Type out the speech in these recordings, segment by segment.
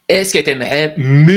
Est-ce que tu aimerais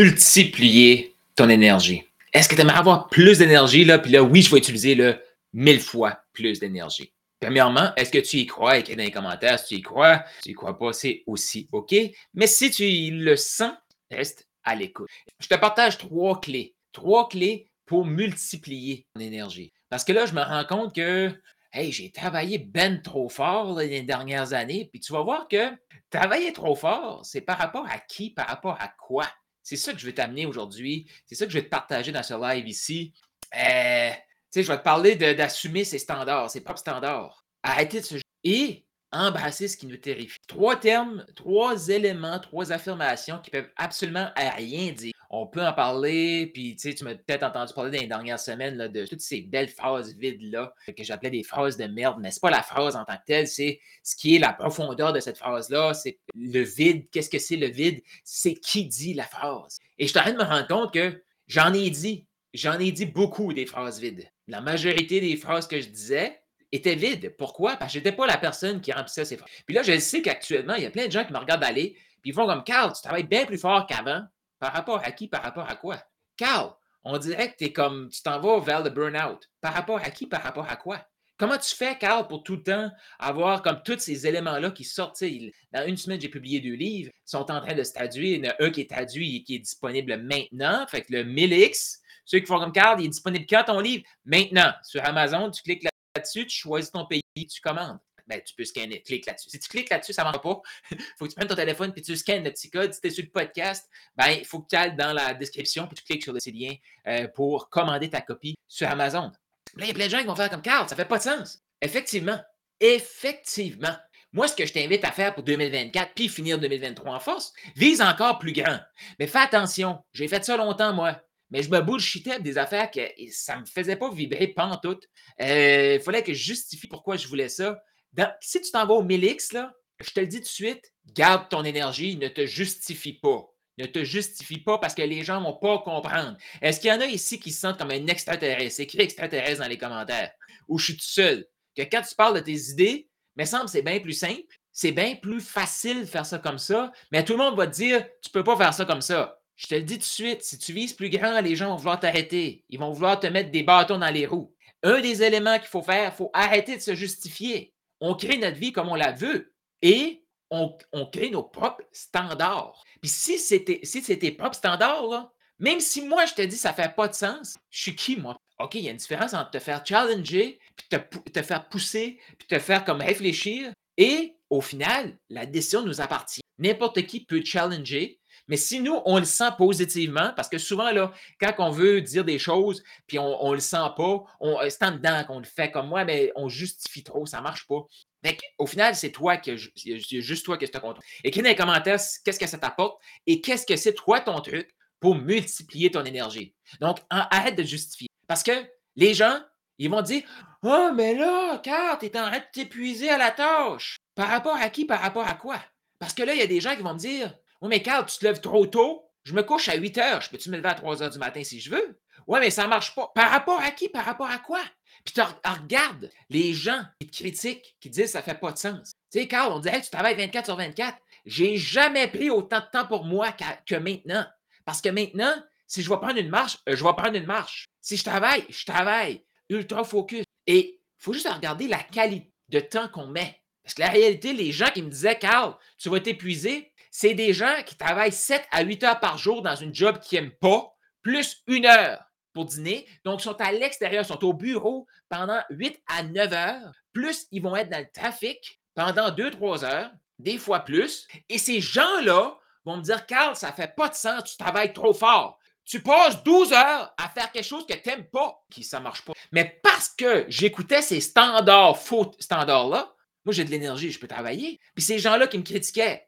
multiplier ton énergie? Est-ce que tu aimerais avoir plus d'énergie, là, puis là, oui, je vais utiliser le 1000 fois plus d'énergie? Premièrement, est-ce que tu y crois? Écris dans les commentaires si tu y crois. Si tu y crois pas, c'est aussi OK. Mais si tu le sens, reste à l'écoute. Je te partage 3 clés. 3 clés pour multiplier ton énergie. Parce que là, je me rends compte que, hey, j'ai travaillé ben trop fort là, les dernières années. Puis tu vas voir que travailler trop fort, c'est par rapport à qui, par rapport à quoi? C'est ça que je veux t'amener aujourd'hui. C'est ça que je vais te partager dans ce live ici. Tu sais, je vais te parler d'assumer ses standards, ses propres standards. Arrêter de se et embrasser ce qui nous terrifie. 3 termes, 3 éléments, 3 affirmations qui peuvent absolument à rien dire. On peut en parler, puis tu sais, tu m'as peut-être entendu parler dans les dernières semaines là, de toutes ces belles phrases vides-là, que j'appelais des phrases de merde, mais c'est pas la phrase en tant que telle, c'est ce qui est la profondeur de cette phrase-là, c'est le vide. Qu'est-ce que c'est le vide? C'est qui dit la phrase. Et je t'arrête de me rendre compte que j'en ai dit. J'en ai dit beaucoup des phrases vides. La majorité des phrases que je disais étaient vides. Pourquoi? Parce que je n'étais pas la personne qui remplissait ces phrases. Puis là, je sais qu'actuellement, il y a plein de gens qui me regardent aller, puis ils font comme Carl, tu travailles bien plus fort qu'avant. Par rapport à qui? Par rapport à quoi? Carl, on dirait que t'es comme, tu t'en vas vers le burn-out. Par rapport à qui? Par rapport à quoi? Comment tu fais, Carl, pour tout le temps avoir comme tous ces éléments-là qui sortent? Dans une semaine, j'ai publié 2 livres, ils sont en train de se traduire. Il y en a un qui est traduit et qui est disponible maintenant, fait que le 1000X. Ceux qui font comme Carl, il est disponible quand ton livre? Maintenant. Sur Amazon, tu cliques là-dessus, tu choisis ton pays, tu commandes. Ben, tu peux scanner, clique là-dessus. Si tu cliques là-dessus, ça ne marche pas. Il faut que tu prennes ton téléphone et tu scannes le petit code. Si tu es sur le podcast, ben, il faut que tu ailles dans la description et tu cliques sur ces liens pour commander ta copie sur Amazon. Là, il y a plein de gens qui vont faire comme Carl, ça ne fait pas de sens. Effectivement. Effectivement. Moi, ce que je t'invite à faire pour 2024 puis finir 2023 en force, vise encore plus grand. Mais fais attention. J'ai fait ça longtemps, moi. Mais je me bullshitais des affaires que ça ne me faisait pas vibrer pantoute. Il fallait que je justifie pourquoi je voulais ça. Si tu t'en vas au 1000X, là, je te le dis tout de suite, garde ton énergie, ne te justifie pas. Ne te justifie pas parce que les gens ne vont pas comprendre. Est-ce qu'il y en a ici qui se sentent comme un extraterrestre? Écris extraterrestre dans les commentaires. Ou je suis tout seul. Que quand tu parles de tes idées, il me semble que c'est bien plus simple. C'est bien plus facile de faire ça comme ça, mais tout le monde va te dire tu ne peux pas faire ça comme ça. Je te le dis tout de suite, si tu vises plus grand, les gens vont vouloir t'arrêter. Ils vont vouloir te mettre des bâtons dans les roues. Un des éléments qu'il faut faire, il faut arrêter de se justifier. On crée notre vie comme on la veut et on crée nos propres standards. Puis si c'est tes propres standards, là, même si moi je te dis ça ne fait pas de sens, je suis qui moi? OK, il y a une différence entre te faire challenger, puis te faire pousser, puis te faire comme réfléchir. Et au final, la décision nous appartient. N'importe qui peut challenger, mais si nous, on le sent positivement, parce que souvent, là, quand on veut dire des choses, puis on ne le sent pas, c'est en dedans qu'on le fait comme moi, mais on justifie trop, ça ne marche pas. Au final, c'est toi c'est juste toi qui as contrôle. Écris dans les commentaires qu'est-ce que ça t'apporte et qu'est-ce que c'est toi ton truc pour multiplier ton énergie. Donc, arrête de justifier. Parce que les gens, ils vont dire oh, mais là, Carl, tu es en train de t'épuiser à la tâche. Par rapport à qui? Par rapport à quoi? Parce que là, il y a des gens qui vont me dire oui, mais Carl, tu te lèves trop tôt. Je me couche à 8 heures. Je peux-tu me lever à 3 heures du matin si je veux? Oui, mais ça ne marche pas. Par rapport à qui? Par rapport à quoi? Puis tu regardes les gens qui te critiquent, qui disent que ça ne fait pas de sens. Tu sais, Carl, on dirait que tu travailles 24 sur 24. J'ai jamais pris autant de temps pour moi que maintenant. Parce que maintenant, si je vais prendre une marche, je vais prendre une marche. Si je travaille ultra focus. Et il faut juste regarder la qualité de temps qu'on met. Parce que la réalité, les gens qui me disaient, Carl, tu vas t'épuiser, c'est des gens qui travaillent 7 à 8 heures par jour dans une job qu'ils n'aiment pas, plus 1 heure pour dîner. Donc, ils sont à l'extérieur, ils sont au bureau pendant 8 à 9 heures, plus ils vont être dans le trafic pendant 2-3 heures, des fois plus. Et ces gens-là vont me dire, Carl, ça ne fait pas de sens, tu travailles trop fort. Tu passes 12 heures à faire quelque chose que tu n'aimes pas, qui ça ne marche pas. Mais parce que j'écoutais ces faux standards-là, moi, j'ai de l'énergie, je peux travailler. Puis ces gens-là qui me critiquaient,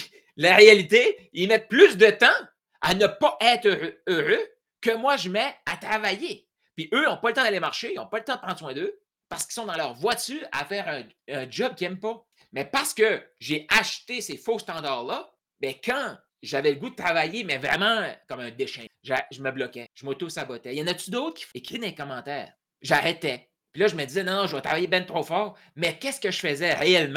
la réalité, ils mettent plus de temps à ne pas être heureux que moi, je mets à travailler. Puis eux n'ont pas le temps d'aller marcher, ils n'ont pas le temps de prendre soin d'eux parce qu'ils sont dans leur voiture à faire un job qu'ils n'aiment pas. Mais parce que j'ai acheté ces faux standards-là, bien, quand j'avais le goût de travailler, mais vraiment comme un déchet, je me bloquais, je m'auto-sabotais. Y en a-tu d'autres qui écrivent dans les commentaires? J'arrêtais. Puis là, je me disais, non, je vais travailler bien trop fort. Mais qu'est-ce que je faisais réellement?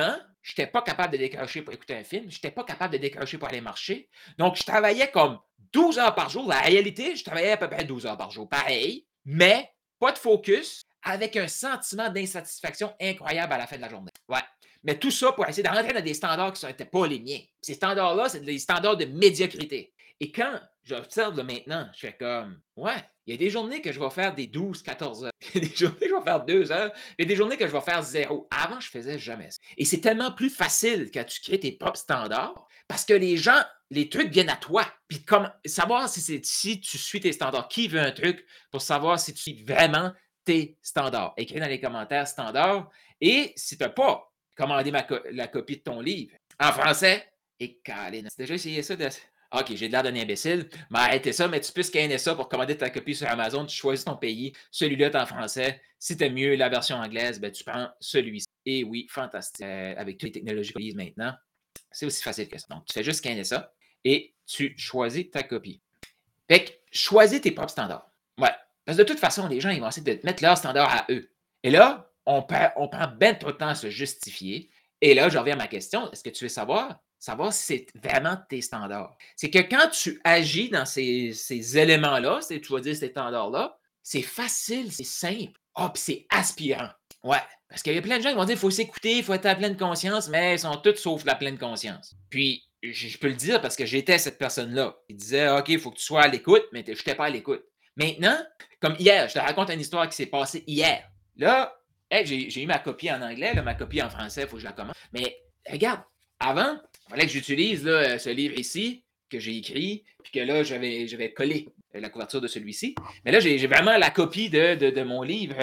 je n'étais pas capable de décrocher pour écouter un film, je n'étais pas capable de décrocher pour aller marcher. Donc, je travaillais comme 12 heures par jour. La réalité, je travaillais à peu près 12 heures par jour, pareil, mais pas de focus, avec un sentiment d'insatisfaction incroyable à la fin de la journée. Ouais. Mais tout ça pour essayer de rentrer dans des standards qui n'étaient pas les miens. Ces standards-là, c'est des standards de médiocrité. Et quand j'observe maintenant, je fais comme, ouais, il y a des journées que je vais faire des 12, 14 heures. Il y a des journées que je vais faire 2 heures. Il y a des journées que je vais faire 0. Avant, je faisais jamais ça. Et c'est tellement plus facile quand tu crées tes propres standards parce que les gens, les trucs viennent à toi. Puis comme savoir si tu suis tes standards. Qui veut un truc pour savoir si tu suis vraiment tes standards? Écris dans les commentaires standards. Et si tu n'as pas commandé la copie de ton livre en français, et calé. Tu as déjà essayé ça? OK, j'ai de l'air d'un imbécile, mais arrêtez ça, mais tu peux scanner ça pour commander ta copie sur Amazon, tu choisis ton pays, celui-là est en français. Si tu aimes mieux la version anglaise, ben, tu prends celui-ci. Et oui, fantastique. Avec toutes les technologies qu'on utilise maintenant, c'est aussi facile que ça. Donc, tu fais juste scanner ça et tu choisis ta copie. Fait que choisis tes propres standards. Ouais. Parce que de toute façon, les gens, ils vont essayer de te mettre leurs standards à eux. Et là, on prend bien trop de temps à se justifier. Et là, je reviens à ma question. Est-ce que tu veux savoir si c'est vraiment tes standards? C'est que quand tu agis dans ces éléments-là, tu vas dire ces standards-là, c'est facile, c'est simple. Ah, puis c'est aspirant. Ouais. Parce qu'il y a plein de gens qui vont dire qu'il faut s'écouter, il faut être à pleine conscience, mais ils sont tous sauf la pleine conscience. Puis, je peux le dire parce que j'étais cette personne-là. Il disait, OK, il faut que tu sois à l'écoute, mais je n'étais pas à l'écoute. Maintenant, comme hier, je te raconte une histoire qui s'est passée hier. Là, hey, j'ai eu ma copie en anglais, là, ma copie en français, il faut que je la commande. Mais regarde, avant, il fallait que j'utilise là, ce livre ici que j'ai écrit, puis que là, j'avais collé la couverture de celui-ci. Mais là, j'ai vraiment la copie de mon livre.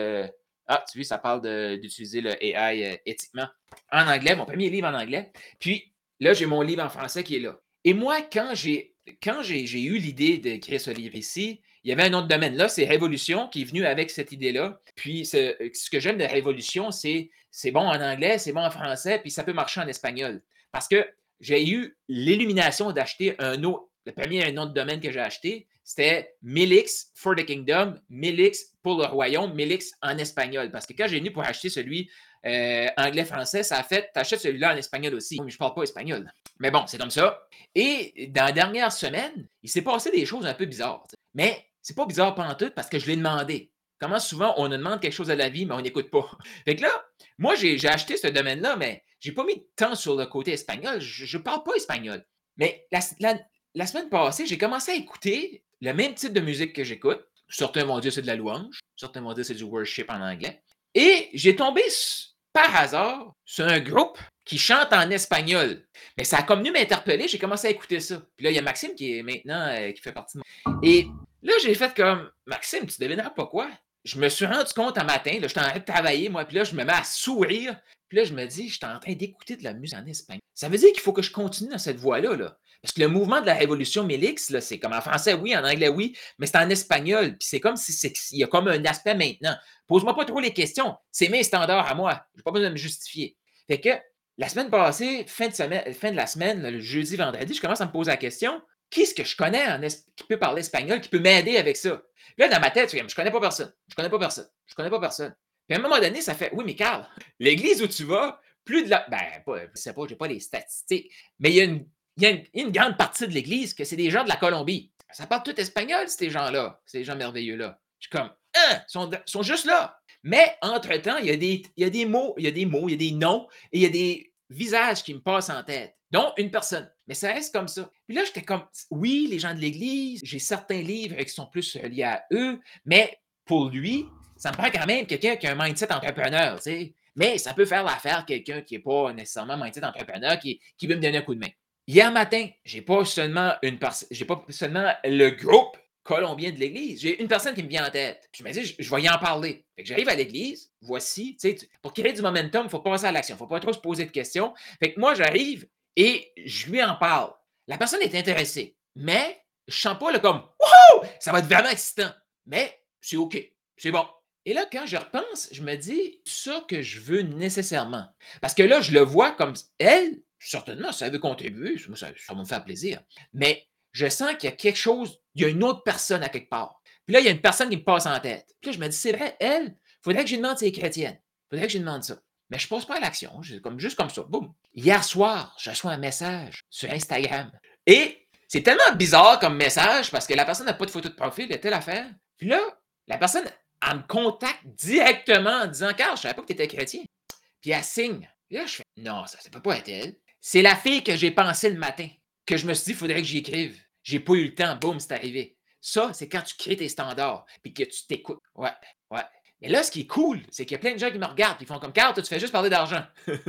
Ah, tu vois, ça parle d'utiliser le AI éthiquement en anglais, mon premier livre en anglais. Puis là, j'ai mon livre en français qui est là. Et moi, quand j'ai eu l'idée d'écrire ce livre ici, il y avait un autre domaine là, c'est Révolution qui est venu avec cette idée-là. Puis ce que j'aime de Révolution, c'est bon en anglais, c'est bon en français, puis ça peut marcher en espagnol. Parce que j'ai eu l'illumination d'acheter un autre. Le premier nom de domaine que j'ai acheté, c'était Milix for the Kingdom, Milix pour le royaume, Milix en espagnol. Parce que quand j'ai venu pour acheter celui anglais-français, ça a fait, t'achètes celui-là en espagnol aussi. Mais je ne parle pas espagnol. Mais bon, c'est comme ça. Et dans la dernière semaine, il s'est passé des choses un peu bizarres. Mais c'est pas bizarre pantoute parce que je l'ai demandé. Comment souvent on nous demande quelque chose à la vie, mais on n'écoute pas. Fait que là, moi, j'ai acheté ce domaine-là, mais j'ai pas mis de temps sur le côté espagnol. Je ne parle pas espagnol. Mais la semaine passée, j'ai commencé à écouter le même type de musique que j'écoute. Certains vont dire c'est de la louange, certains vont dire c'est du worship en anglais. Et j'ai tombé par hasard sur un groupe qui chante en espagnol. Mais ça a comme venu m'interpeller, j'ai commencé à écouter ça. Puis là, il y a Maxime qui est maintenant, qui fait partie de moi. Et là, j'ai fait comme, Maxime, tu devineras pas quoi? Je me suis rendu compte un matin, là, j'étais en train de travailler, moi, puis là, je me mets à sourire. Puis là, je me dis, je suis en train d'écouter de la musique en espagnol. Ça veut dire qu'il faut que je continue dans cette voie-là. Là. Parce que le mouvement de la révolution Mélix, là, c'est comme en français, oui, en anglais, oui, mais c'est en espagnol. Puis c'est comme si il y a comme un aspect maintenant. Pose-moi pas trop les questions. C'est mes standards à moi. Je n'ai pas besoin de me justifier. Fait que la semaine passée, fin de la semaine, le jeudi, vendredi, je commence à me poser la question, qui est-ce que je connais qui peut parler espagnol, qui peut m'aider avec ça? Puis là, dans ma tête, je connais pas personne. Je connais pas personne. Je connais pas personne. Puis à un moment donné, ça fait, oui, mais Carl, l'église où tu vas, plus de la. Ben, je sais pas, j'ai pas les statistiques, mais il y a une grande partie de l'église que c'est des gens de la Colombie. Ça parle tout espagnol, ces gens-là, ces gens merveilleux-là. Je suis comme, hein, sont juste là. Mais entre-temps, il y a des mots, il y a des noms, et il y a des visages qui me passent en tête, dont une personne. Mais ça reste comme ça. Puis là, j'étais comme, oui, les gens de l'Église, j'ai certains livres qui sont plus liés à eux, mais pour lui, ça me prend quand même quelqu'un qui a un mindset entrepreneur, tu sais. Mais ça peut faire l'affaire quelqu'un qui n'est pas nécessairement mindset entrepreneur, qui veut me donner un coup de main. Hier matin, j'ai pas seulement le groupe colombien de l'Église. J'ai une personne qui me vient en tête. Puis je me dis, je vais y en parler. Fait que j'arrive à l'Église, voici, tu sais, pour créer du momentum, il faut passer à l'action. Il ne faut pas trop se poser de questions. Fait que moi, j'arrive et je lui en parle. La personne est intéressée, mais je sens pas le comme wouhou, ça va être vraiment excitant. Mais c'est OK, c'est bon. Et là, quand je repense, je me dis, c'est ça que je veux nécessairement. Parce que là, je le vois comme elle, certainement, ça veut contribuer, ça va me faire plaisir. Mais je sens qu'il y a quelque chose, il y a une autre personne à quelque part. Puis là, il y a une personne qui me passe en tête. Puis là, je me dis, c'est vrai, elle, il faudrait que je lui demande si elle est chrétienne. Il faudrait que je lui demande ça. mais je passe pas à l'action. Juste comme ça. Boum. Hier soir, je reçois un message sur Instagram. Et c'est tellement bizarre comme message parce que la personne n'a pas de photo de profil, de telle affaire. Puis là, la personne, elle me contacte directement en disant: Carl, je savais pas que tu étais chrétien. Puis elle signe. Puis là, je fais: non, ça peut pas être elle. C'est la fille que j'ai pensée le matin, que je me suis dit, il faudrait que j'y écrive. J'ai pas eu le temps, boum, c'est arrivé. Ça, c'est quand tu crées tes standards, puis que tu t'écoutes. Ouais, ouais. Mais là, ce qui est cool, c'est qu'il y a plein de gens qui me regardent, puis ils font comme: Carl, toi, tu fais juste parler d'argent.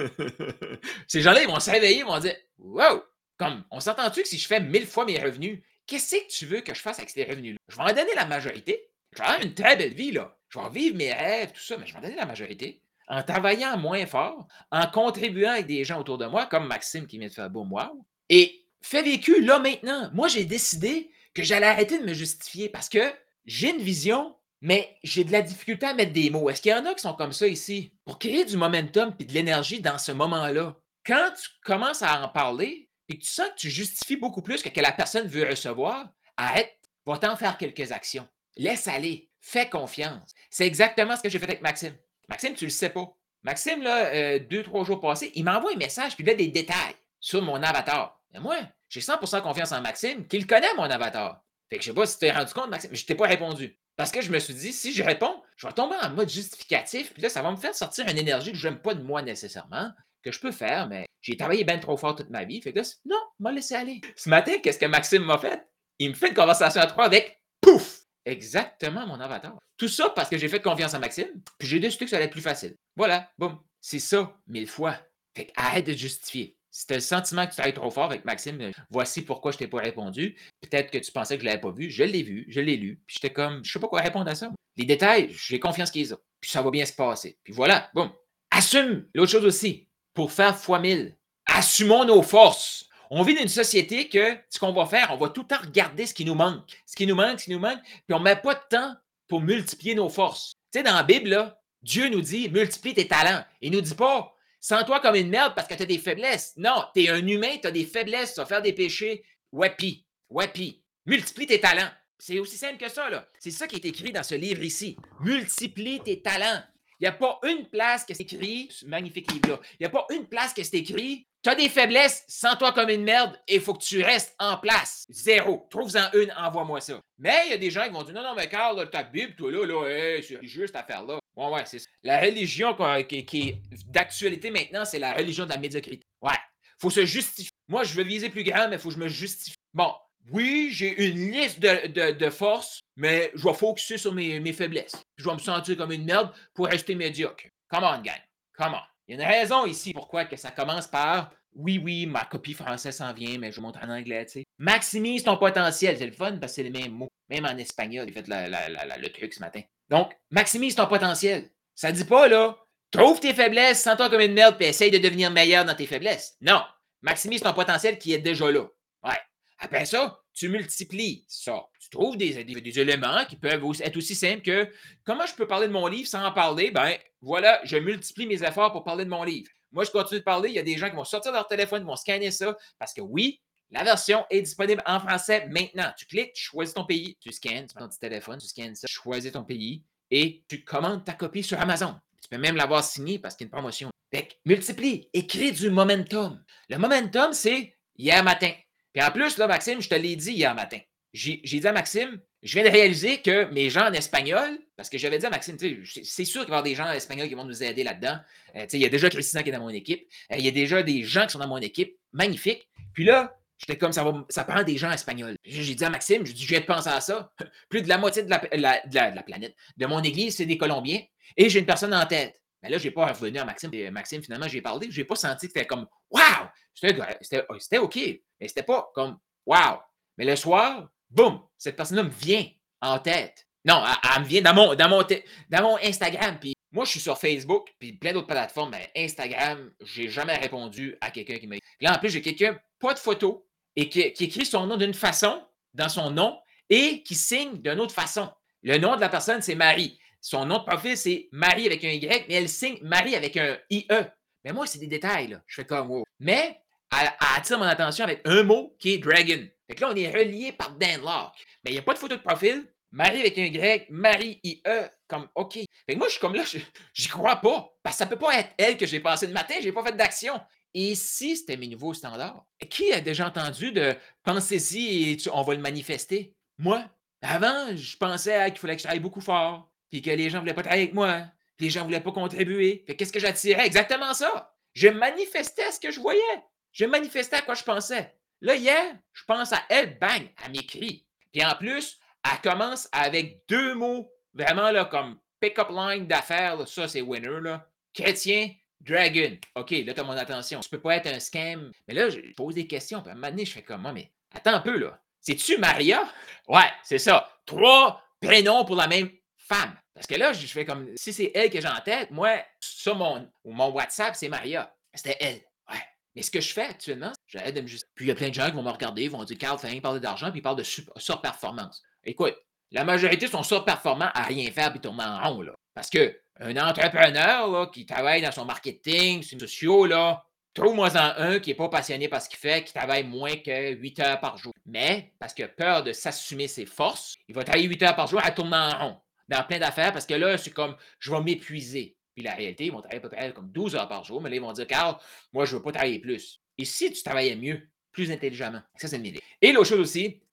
Ces gens-là, ils vont se réveiller, ils vont dire: wow! Comme, on s'entend-tu que si je fais 1000 fois mes revenus, qu'est-ce que tu veux que je fasse avec ces revenus-là? Je vais en donner la majorité. Je vais avoir une très belle vie, là. Je vais vivre mes rêves, tout ça, mais je vais en donner la majorité. En travaillant moins fort, en contribuant avec des gens autour de moi, comme Maxime qui vient de faire boum wow. Et fait vécu, là, maintenant. Moi, j'ai décidé que j'allais arrêter de me justifier parce que j'ai une vision, mais j'ai de la difficulté à mettre des mots. Est-ce qu'il y en a qui sont comme ça ici? Pour créer du momentum et de l'énergie dans ce moment-là, quand tu commences à en parler et que tu sens que tu justifies beaucoup plus que la personne veut recevoir, arrête, va-t'en faire quelques actions. Laisse aller, fais confiance. C'est exactement ce que j'ai fait avec Maxime. Maxime, tu le sais pas. Maxime, là, 2, 3 jours passés, il m'envoie un message puis il a des détails sur mon avatar. Mais moi, j'ai 100% confiance en Maxime, qu'il connaît mon avatar. Fait que je sais pas si tu t'es rendu compte, Maxime, je t'ai pas répondu. Parce que je me suis dit, si je réponds, je vais tomber en mode justificatif, puis là, ça va me faire sortir une énergie que je n'aime pas de moi nécessairement, que je peux faire, mais j'ai travaillé bien trop fort toute ma vie. Fait que là, non, m'a laissé aller. Ce matin, qu'est-ce que Maxime m'a fait? Il me fait une conversation à 3 avec pouf! Exactement mon avatar. Tout ça parce que j'ai fait confiance à Maxime, puis j'ai décidé que ça allait être plus facile. Voilà, boum. C'est ça, 1000 fois. Fait que arrête de te justifier. Si tu as le sentiment que tu travailles trop fort avec Maxime, voici pourquoi je t'ai pas répondu. Peut-être que tu pensais que je l'avais pas vu. Je l'ai vu, je l'ai lu. Puis j'étais comme, je sais pas quoi répondre à ça. Les détails, j'ai confiance qu'ils ont. Puis ça va bien se passer. Puis voilà, boum. Assume l'autre chose aussi. Pour faire fois 1000, assumons nos forces. On vit dans une société que ce qu'on va faire, on va tout le temps regarder ce qui nous manque. Ce qui nous manque, ce qui nous manque, puis on ne met pas de temps pour multiplier nos forces. Tu sais, dans la Bible, là, Dieu nous dit multiplie tes talents. Il ne nous dit pas sens-toi comme une merde parce que tu as des faiblesses. Non, tu es un humain, tu as des faiblesses, tu vas faire des péchés. Wapi, wapi. Multiplie tes talents. C'est aussi simple que ça, là. C'est ça qui est écrit dans ce livre ici. Multiplie tes talents. Il n'y a pas une place que c'est écrit, ce magnifique livre-là, il n'y a pas une place que c'est écrit, tu as des faiblesses, sens-toi comme une merde et il faut que tu restes en place. Zéro. Trouve-en une, envoie-moi ça. Mais il y a des gens qui vont dire non, mais Carl, là, ta Bible, toi là, hey, c'est religieux cette affaire-là. Ouais, c'est ça. La religion qui est d'actualité maintenant, c'est la religion de la médiocrité. Ouais. Faut se justifier. Moi, je veux viser plus grand, mais il faut que je me justifie. Bon, oui, j'ai une liste de forces, mais je vais focuser sur mes faiblesses. Je vais me sentir comme une merde pour rester médiocre. Come on, gang. Come on. Il y a une raison ici pourquoi que ça commence par oui, ma copie française s'en vient, mais je montre en anglais, tu sais. Maximise ton potentiel. C'est le fun parce que c'est les mêmes mots. Même en espagnol, j'ai fait le truc ce matin. Donc, maximise ton potentiel. Ça dit pas, là, trouve tes faiblesses, sens-toi comme une merde, puis essaye de devenir meilleur dans tes faiblesses. Non. Maximise ton potentiel qui est déjà là. Ouais. Après ça, tu multiplies ça. Tu trouves des éléments qui peuvent être aussi simples que comment je peux parler de mon livre sans en parler? Ben voilà, je multiplie mes efforts pour parler de mon livre. Moi, je continue de parler. Il y a des gens qui vont sortir leur téléphone, ils vont scanner ça parce que oui, la version est disponible en français maintenant. Tu cliques, tu choisis ton pays, tu scannes, tu prends ton petit téléphone, tu scannes ça, tu choisis ton pays et tu commandes ta copie sur Amazon. Tu peux même l'avoir signée parce qu'il y a une promotion. Fait que multiplie et crée du momentum. Le momentum, c'est hier matin. Puis en plus, là, Maxime, je te l'ai dit hier matin. J'ai dit à Maxime, je viens de réaliser que mes gens en espagnol, parce que j'avais dit à Maxime, c'est sûr qu'il va y avoir des gens en espagnol qui vont nous aider là-dedans. Il y a déjà Christina qui est dans mon équipe. Il y a déjà des gens qui sont dans mon équipe. Magnifique. Puis là, j'étais comme, ça prend des gens espagnols. J'ai dit à Maxime, je viens de penser à ça. Plus de la moitié de la planète, de mon église, c'est des Colombiens. Et j'ai une personne en tête. Mais là, je n'ai pas revenu à Maxime. Et Maxime, finalement, j'ai parlé. Je n'ai pas senti que c'était comme waouh! C'était OK. Mais c'était pas comme waouh! Mais le soir, boum, cette personne-là me vient en tête. Non, elle me vient dans mon Instagram. Puis moi, je suis sur Facebook, puis plein d'autres plateformes. Mais Instagram, j'ai jamais répondu à quelqu'un qui m'a. Là, en plus, j'ai quelqu'un, pas de photo, et qui écrit son nom d'une façon, dans son nom, et qui signe d'une autre façon. Le nom de la personne, c'est Marie. Son nom de profil, c'est Marie avec un Y, mais elle signe Marie avec un IE. Mais moi, c'est des détails, là. Je fais comme wow. Mais elle attire mon attention avec un mot qui est Dragon. Fait que là, on est relié par Dan Locke. Mais il n'y a pas de photo de profil, Marie avec un grec, Marie, I-E, comme OK. Fait que moi, je suis comme là, j'y crois pas. Parce que ça peut pas être elle que j'ai passé le matin, j'ai pas fait d'action. Et si c'était mes nouveaux standards? Qui a déjà entendu de pensez-y et on va le manifester? Moi, avant, je pensais qu'il fallait que je travaille beaucoup fort, puis que les gens voulaient pas travailler avec moi, puis les gens voulaient pas contribuer. Fait qu'est-ce que j'attirais? Exactement ça. Je manifestais ce que je voyais. Je manifestais à quoi je pensais. Là, hier, je pense à elle, bang, elle m'écrit. Puis en plus, elle commence avec 2 mots, vraiment là, comme pick-up line d'affaires, là, ça c'est winner, là. Chrétien, dragon. OK, là, tu as mon attention. Tu peux pas être un scam. Mais là, je pose des questions, puis à un moment donné, je fais comme, ah, mais attends un peu, là. C'est-tu Maria? Ouais, c'est ça. 3 prénoms pour la même femme. Parce que là, je fais comme, si c'est elle que j'ai en tête, moi, sur mon WhatsApp, c'est Maria. C'était elle. Ouais. Mais ce que je fais actuellement, j'arrête de me justifier. Puis il y a plein de gens qui vont me regarder, ils vont dire, Carl, fait rien parler d'argent, puis ils parlent de surperformance. Écoute, la majorité sont surperformants à rien faire puis tourner en rond, là. Parce que un entrepreneur là, qui travaille dans son marketing, sur les sociaux, là, trouve-moi-en un qui n'est pas passionné par ce qu'il fait, qui travaille moins que 8 heures par jour. Mais, parce qu'il a peur de s'assumer ses forces, il va travailler 8 heures par jour à tourner en rond dans plein d'affaires parce que là, c'est comme, je vais m'épuiser. Puis la réalité, ils vont travailler à peu près comme 12 heures par jour, mais là, ils vont dire, Carl, moi, je ne veux pas travailler plus. Et si tu travaillais mieux, plus intelligemment, ça, c'est une idée. Et l'autre chose aussi,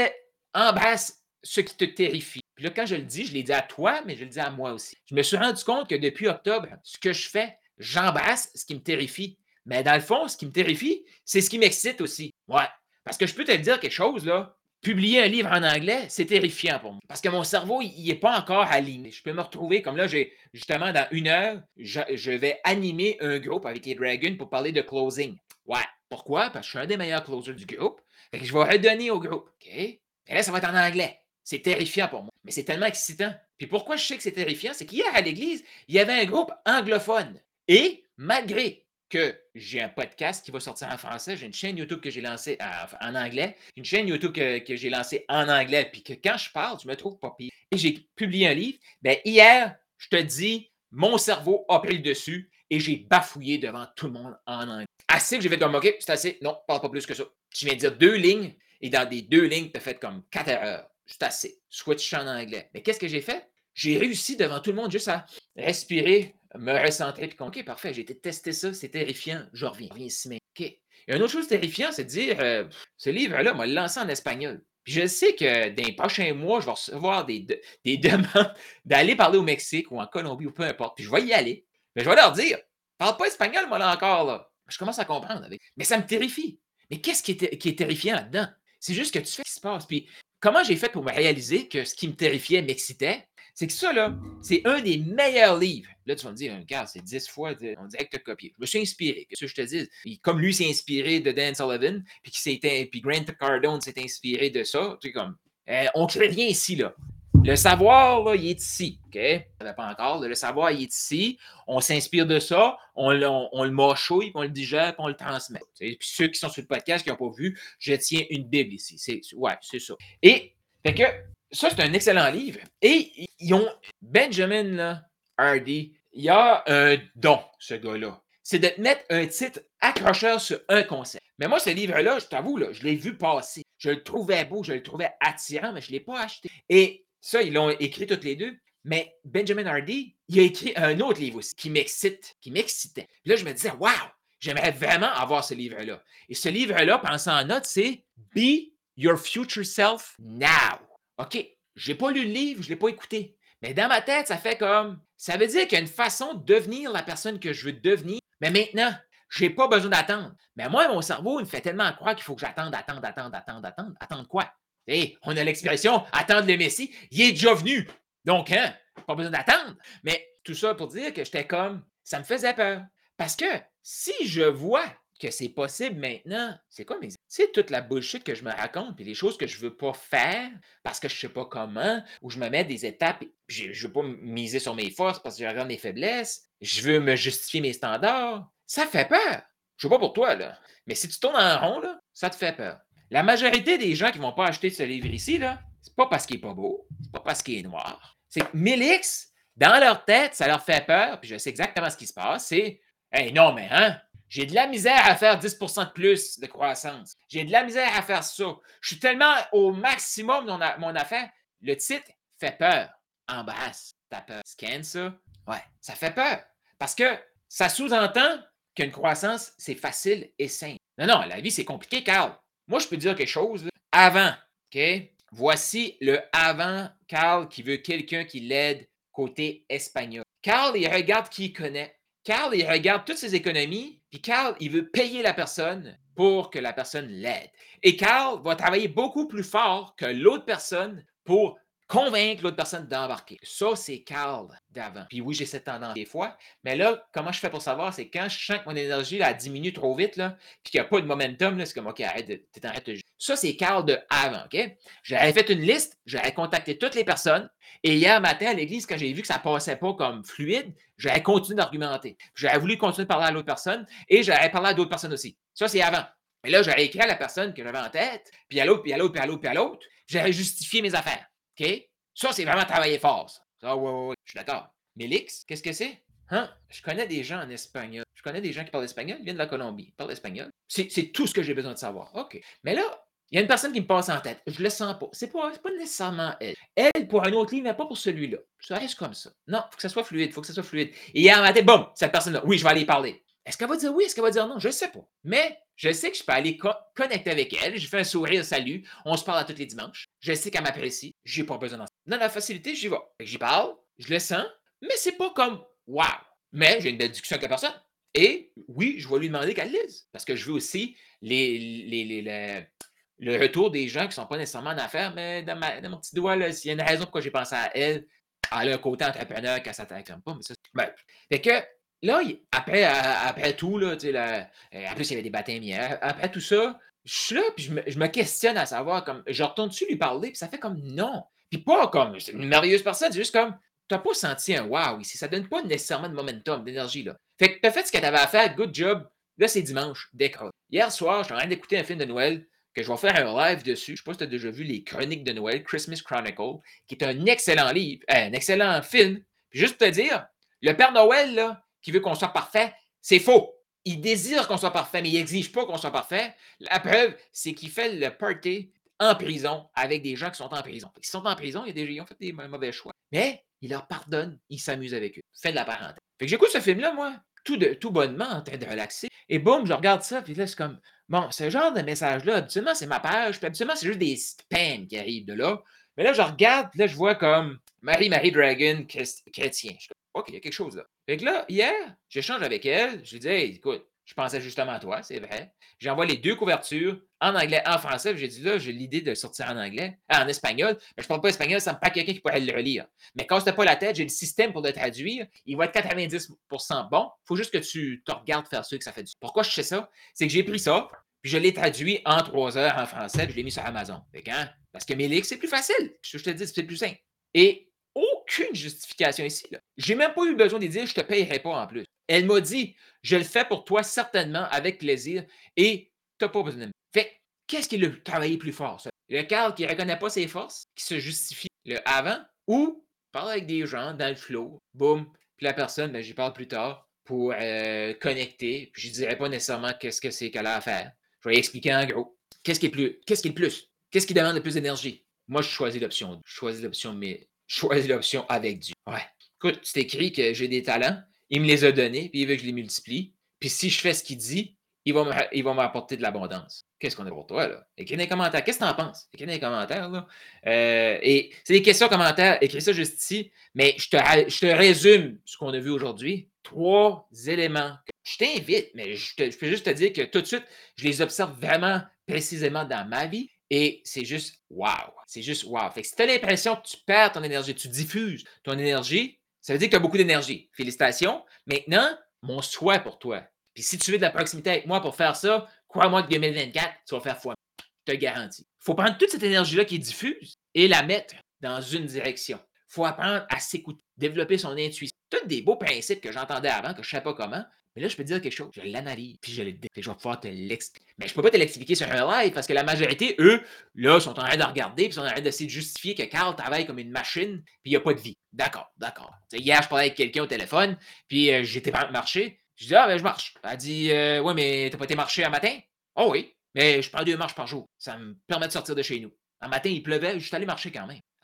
embrasse ce qui te terrifie. Puis là, quand je le dis, je l'ai dit à toi, mais je le dis à moi aussi. Je me suis rendu compte que depuis octobre, ce que je fais, j'embrasse ce qui me terrifie. Mais dans le fond, ce qui me terrifie, c'est ce qui m'excite aussi. Ouais. Parce que je peux te dire quelque chose, là. Publier un livre en anglais, c'est terrifiant pour moi. Parce que mon cerveau, il n'est pas encore aligné. Je peux me retrouver, comme là, j'ai justement dans 1 heure, je vais animer un groupe avec les Dragons pour parler de closing. Ouais. Pourquoi? Parce que je suis un des meilleurs closers du groupe. Fait que je vais redonner au groupe. OK? Et là, ça va être en anglais. C'est terrifiant pour moi. Mais c'est tellement excitant. Puis pourquoi je sais que c'est terrifiant? C'est qu'hier à l'église, il y avait un groupe anglophone. Et malgré que j'ai un podcast qui va sortir en français, j'ai une chaîne YouTube que j'ai lancée en anglais, une chaîne YouTube que j'ai lancée en anglais, puis que quand je parle, je me trouve pas pire. Et j'ai publié un livre. Bien, hier, je te dis, mon cerveau a pris le dessus et j'ai bafouillé devant tout le monde en anglais. Assez que j'ai fait comme, OK, c'est assez. Non, parle pas plus que ça. Tu viens de dire 2 lignes et dans des 2 lignes, tu as fait comme 4 erreurs. C'est assez. Switch en anglais. Mais qu'est-ce que j'ai fait? J'ai réussi devant tout le monde juste à respirer, me recentrer, puis OK, parfait, j'ai été tester ça, c'est terrifiant, je reviens ici, mais OK. Et une autre chose terrifiante, c'est de dire, ce livre-là, m'a lancé en espagnol. Puis je sais que dans les prochains mois, je vais recevoir des demandes d'aller parler au Mexique ou en Colombie ou peu importe. Puis je vais y aller. Mais je vais leur dire, parle pas espagnol, moi, là encore, là. Je commence à comprendre. Mais ça me terrifie. Mais qu'est-ce qui est terrifiant là-dedans? C'est juste que tu fais ce qui se passe. Puis comment j'ai fait pour me réaliser que ce qui me terrifiait m'excitait? C'est que ça, là, c'est un des meilleurs livres. Là, tu vas me dire, regarde, c'est 10 fois, on dirait que tu as copié. Je me suis inspiré, que ce que je te dis. Et comme lui s'est inspiré de Dan Sullivan, puis Grant Cardone s'est inspiré de ça, tu sais, comme, on ne crée rien ici, là. Le savoir, là, il est ici. OK? Ça ne pas encore. Le savoir, il est ici. On s'inspire de ça, on le mâchouille, puis on le digère, puis on le transmet. Puis ceux qui sont sur le podcast qui n'ont pas vu, je tiens une Bible ici. Ouais, c'est ça. Et, fait que, ça, c'est un excellent livre. Et ils ont Benjamin Hardy, il a un don, ce gars-là. C'est de te mettre un titre accrocheur sur un concept. Mais moi, ce livre-là, je t'avoue, là, je l'ai vu passer. Je le trouvais beau, je le trouvais attirant, mais je ne l'ai pas acheté. Et ça, ils l'ont écrit toutes les deux. Mais Benjamin Hardy, il a écrit un autre livre aussi qui m'excitait. Puis là, je me disais, waouh, j'aimerais vraiment avoir ce livre-là. Et ce livre-là, pensant en note, c'est Be Your Future Self Now. OK, je n'ai pas lu le livre, je ne l'ai pas écouté. Mais dans ma tête, ça fait comme, ça veut dire qu'il y a une façon de devenir la personne que je veux devenir. Mais maintenant, je n'ai pas besoin d'attendre. Mais moi, mon cerveau, il me fait tellement croire qu'il faut que j'attende. Attendre quoi? Hey, on a l'expression attendre le Messie. Il est déjà venu. Donc, hein, pas besoin d'attendre. Mais tout ça pour dire que j'étais comme, ça me faisait peur. Parce que si je vois que c'est possible maintenant, c'est quoi mes... C'est toute la bullshit que je me raconte, puis les choses que je veux pas faire parce que je sais pas comment, ou je me mets des étapes, puis je veux pas miser sur mes forces parce que je regarde mes faiblesses, je veux me justifier mes standards. Ça fait peur. Je sais pas pour toi, là. Mais si tu tournes en rond, là, ça te fait peur. La majorité des gens qui vont pas acheter ce livre ici, là, c'est pas parce qu'il est pas beau, c'est pas parce qu'il est noir. C'est que 1000X, dans leur tête, ça leur fait peur, puis je sais exactement ce qui se passe, c'est « Hey, non, mais hein, j'ai de la misère à faire 10 de plus de croissance. J'ai de la misère à faire ça. Je suis tellement au maximum de mon affaire. le titre fait peur. Embrasse ta peur. Scan ça. Ouais, ça fait peur. Parce que ça sous-entend qu'une croissance, c'est facile et simple. Non, non, la vie, c'est compliqué, Carl. Moi, je peux te dire quelque chose. Là. Avant, OK? Voici le avant Carl qui veut quelqu'un qui l'aide côté espagnol. Carl, il regarde qui il connaît. Carl, il regarde toutes ses économies, puis Carl, il veut payer la personne pour que la personne l'aide. Et Carl va travailler beaucoup plus fort que l'autre personne pour convaincre l'autre personne d'embarquer. Ça, c'est Carl d'avant. Puis oui, j'ai cette tendance des fois, mais là, comment je fais pour savoir? C'est quand je sens que mon énergie là, diminue trop vite, là, puis qu'il n'y a pas de momentum, là, c'est comme, OK, arrête de... Ça, c'est Carl de avant, OK? J'avais fait une liste, j'avais contacté toutes les personnes, et hier matin, à l'église, quand j'ai vu que ça ne passait pas comme fluide, j'avais continué d'argumenter. J'avais voulu continuer de parler à l'autre personne, et j'avais parlé à d'autres personnes aussi. Ça, c'est avant. Mais là, j'avais écrit à la personne que j'avais en tête, puis à l'autre, puis à l'autre, puis à l'autre, puis à l'autre. J'avais justifié mes affaires. OK? Ça, c'est vraiment travailler fort, ça. Ça, ouais, je suis d'accord. Mélix, qu'est-ce que c'est? Hein? Je connais des gens en espagnol. Je connais des gens qui parlent espagnol, ils viennent de la Colombie. Ils parlent espagnol. C'est tout ce que j'ai besoin de savoir. OK. Mais là, il y a une personne qui me passe en tête. Je le sens pas. C'est pas nécessairement elle. Elle, pour un autre livre, mais pas pour celui-là. Ça reste comme ça. Non, il faut que ça soit fluide. Il faut que ça soit fluide. Et hier matin, boum, cette personne-là. Oui, je vais aller parler. Est-ce qu'elle va dire oui? Est-ce qu'elle va dire non? Je ne sais pas. Mais je sais que je peux aller connecter avec elle. Je fais un sourire, salut. On se parle à tous les dimanches. Je sais qu'elle m'apprécie. Je n'ai pas besoin d'en. Dans la facilité, j'y vais. J'y parle, je le sens, mais c'est pas comme wow. Mais j'ai une belle discussion avec la personne. Et oui, je vais lui demander qu'elle lise. Parce que je veux aussi le retour des gens qui ne sont pas nécessairement en affaires, mais dans mon petit doigt, s'il y a une raison pourquoi j'ai pensé à elle, elle a un côté entrepreneur qu'elle ne s'attaque pas. Mais ça, fait que là, après tout, là, en plus, il y avait des baptêmes hier. Après tout ça, je suis là, puis je me questionne à savoir, comme, je retourne-tu lui parler, puis ça fait comme non. Puis pas comme, c'est une merveilleuse personne, c'est juste comme, tu n'as pas senti un wow ici. Ça ne donne pas nécessairement de momentum, d'énergie, là. Fait que tu as fait ce que tu avais à faire, good job. Là, c'est dimanche, décolle. Hier soir, je suis en train d'écouter un film de Noël que je vais faire un live dessus. Je ne sais pas si tu as déjà vu les Chroniques de Noël, Christmas Chronicle, qui est un excellent livre, un excellent film. Puis juste pour te dire, le Père Noël, là, qui veut qu'on soit parfait, c'est faux. Il désire qu'on soit parfait, mais il n'exige pas qu'on soit parfait. La preuve, c'est qu'il fait le party en prison avec des gens qui sont en prison. Ils sont en prison, ils ont fait des mauvais choix. Mais il leur pardonne, il s'amuse avec eux. Fait de la parenthèse. Fait que j'écoute ce film-là, moi, tout bonnement, en train de relaxer. Et boum, je regarde ça, puis là, c'est comme, bon, ce genre de message-là, habituellement, c'est ma page, puis habituellement, c'est juste des spams qui arrivent de là. Mais là, je regarde, là, je vois comme Marie Dragon chrétien. Je suis comme, OK, il y a quelque chose là. Fait que là, hier, j'échange avec elle. Je lui dis, hey, écoute, je pensais justement à toi, c'est vrai. J'envoie les deux couvertures en anglais, en français. Puis j'ai dit, là, j'ai l'idée de sortir en anglais, en espagnol. Mais je ne parle pas espagnol, ça me prend quelqu'un qui pourrait le relire. Mais quand tu n'as pas la tête, j'ai le système pour le traduire. Il va être 90% bon. Il faut juste que tu te regardes faire ça et que ça fait du. Pourquoi je sais ça? C'est que j'ai pris ça, puis je l'ai traduit en 3 heures en français, puis je l'ai mis sur Amazon. Fait que, hein? Parce que Mélix, c'est plus facile. Je te dis, c'est plus simple. Et aucune justification ici. Je n'ai même pas eu besoin de dire je ne te payerai pas en plus. Elle m'a dit je le fais pour toi certainement avec plaisir et tu n'as pas besoin de me. Fait qu'est-ce qui est le travailler plus fort? Ça? Le Carl qui ne reconnaît pas ses forces, qui se justifie le avant ou parle avec des gens dans le flow, boum, puis la personne, ben, j'y parle plus tard pour connecter. Puis je ne dirai pas nécessairement qu'est-ce que c'est qu'elle a à faire. Je vais lui expliquer en gros. Qu'est-ce qui est le plus? Qu'est-ce qui demande le plus d'énergie? Moi, je choisis l'option. Je choisis l'option avec Dieu. Ouais. Écoute, c'est écrit que j'ai des talents. Il me les a donnés, puis il veut que je les multiplie. Puis si je fais ce qu'il dit, il va m'apporter de l'abondance. Qu'est-ce qu'on a pour toi, là? Écris dans les commentaires. Qu'est-ce que tu en penses? Écris dans les commentaires, là. Et c'est des questions, commentaires. Écris ça juste ici. Mais je te résume ce qu'on a vu aujourd'hui. 3 éléments. Je t'invite, mais je peux juste te dire que tout de suite, je les observe vraiment précisément dans ma vie. Et c'est juste wow. C'est juste wow. Fait que si tu as l'impression que tu perds ton énergie, tu diffuses ton énergie, ça veut dire que tu as beaucoup d'énergie. Félicitations. Maintenant, mon souhait pour toi. Puis si tu veux de la proximité avec moi pour faire ça, crois-moi que 2024, tu vas faire fois. Je te garantis. Il faut prendre toute cette énergie-là qui est diffuse et la mettre dans une direction. Il faut apprendre à s'écouter, développer son intuition. Tous des beaux principes que j'entendais avant, que je ne savais pas comment. Mais là, je peux te dire quelque chose. Je l'analyse, puis je le défais. Je vais pouvoir te l'expliquer. Mais je ne peux pas te l'expliquer sur un live parce que la majorité, eux, là, sont en train de regarder, puis sont en train d'essayer de justifier que Carl travaille comme une machine, puis il n'y a pas de vie. D'accord, d'accord. T'sais, hier, je parlais avec quelqu'un au téléphone, puis j'étais pas marcher. Je dis, ah, ben, je marche. Elle dit, ouais, mais t'as pas été marcher un matin? Oh oui, mais je prends 2 marches par jour. Ça me permet de sortir de chez nous. Un matin, il pleuvait, je suis allé marcher quand même.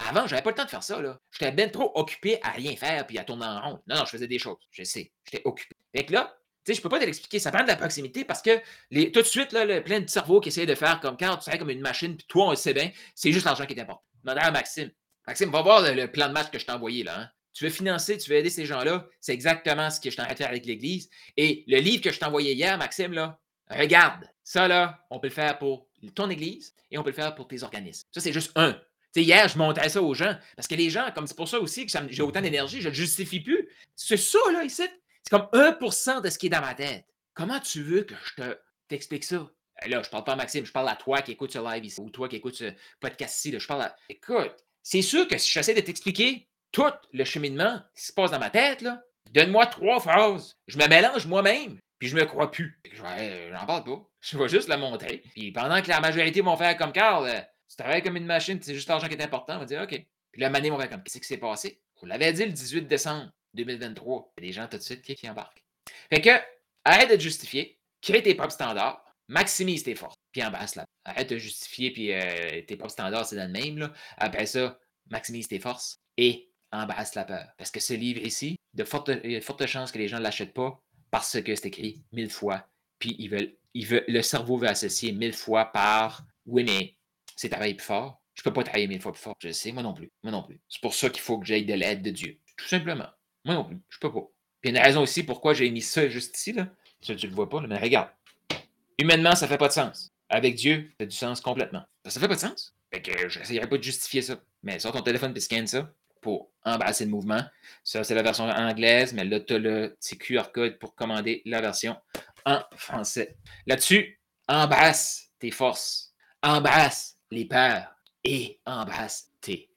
Avant, j'avais pas le temps de faire ça, là. J'étais ben trop occupé à rien faire puis à tourner en rond. Non, non, je faisais des choses. Je sais. J'étais occupé. Fait que là, tu sais, je peux pas te l'expliquer. Ça prend de la proximité parce que tout de suite, là, plein de cerveaux qui essaient de faire comme quand tu travailles comme une machine, puis toi, on le sait bien, c'est juste l'argent qui est important. Demandez à Maxime. Maxime, va voir le plan de match que je t'ai envoyé, là. Hein. Tu veux financer, tu veux aider ces gens-là, c'est exactement ce que je t'ai fait avec l'Église. Et le livre que je t'ai envoyé hier, Maxime, là, regarde, ça, là, on peut le faire pour ton Église et on peut le faire pour tes organismes. Ça, c'est juste un. Tu sais, hier, je montrais ça aux gens, parce que les gens, comme c'est pour ça aussi que j'ai autant d'énergie, je ne le justifie plus. C'est ça, là, ici. C'est comme 1% de ce qui est dans ma tête. Comment tu veux que t'explique ça? Là, je parle pas à Maxime, je parle à toi qui écoute ce live ici, ou toi qui écoute ce podcast-ci. Je parle à. Écoute, c'est sûr que si j'essaie de t'expliquer tout le cheminement qui se passe dans ma tête, là, donne-moi 3 phrases. Je me mélange moi-même, puis je me crois plus. J'en parle pas. Je vais juste la montrer. Puis pendant que la majorité vont faire comme Carl, tu travailles comme une machine, c'est juste l'argent qui est important, on va dire OK. Puis la manée vont faire comme qu'est-ce qui s'est passé? Vous l'avez dit le 18 décembre 2023. Il y a des gens tout de suite qui embarquent. Fait que, arrête de te justifier, crée tes propres standards, maximise tes forces, puis embrasse là. Arrête de justifier, puis tes propres standards, c'est dans le même. Là. Après ça, maximise tes forces et embrasse la peur. Parce que ce livre ici, il y a de fortes chances que les gens ne l'achètent pas parce que c'est écrit 1000 fois. Puis le cerveau veut associer 1000 fois par oui, mais c'est travailler plus fort. Je peux pas travailler 1000 fois plus fort. Je le sais, moi non plus. Moi non plus. C'est pour ça qu'il faut que j'aille de l'aide de Dieu. Tout simplement. Moi non plus. Je peux pas. Puis il y a une raison aussi pourquoi j'ai mis ça juste ici. Là. Ça, tu le vois pas, là, mais regarde. Humainement, ça fait pas de sens. Avec Dieu, ça fait du sens complètement. Ça fait pas de sens. Fait que j'essayerai pas de justifier ça. Mais sors ton téléphone et scanne ça pour embrasser le mouvement. Ça, c'est la version anglaise, mais là, tu as le petit QR code pour commander la version en français. Là-dessus, embrasse tes forces, embrasse les peurs et embrasse tes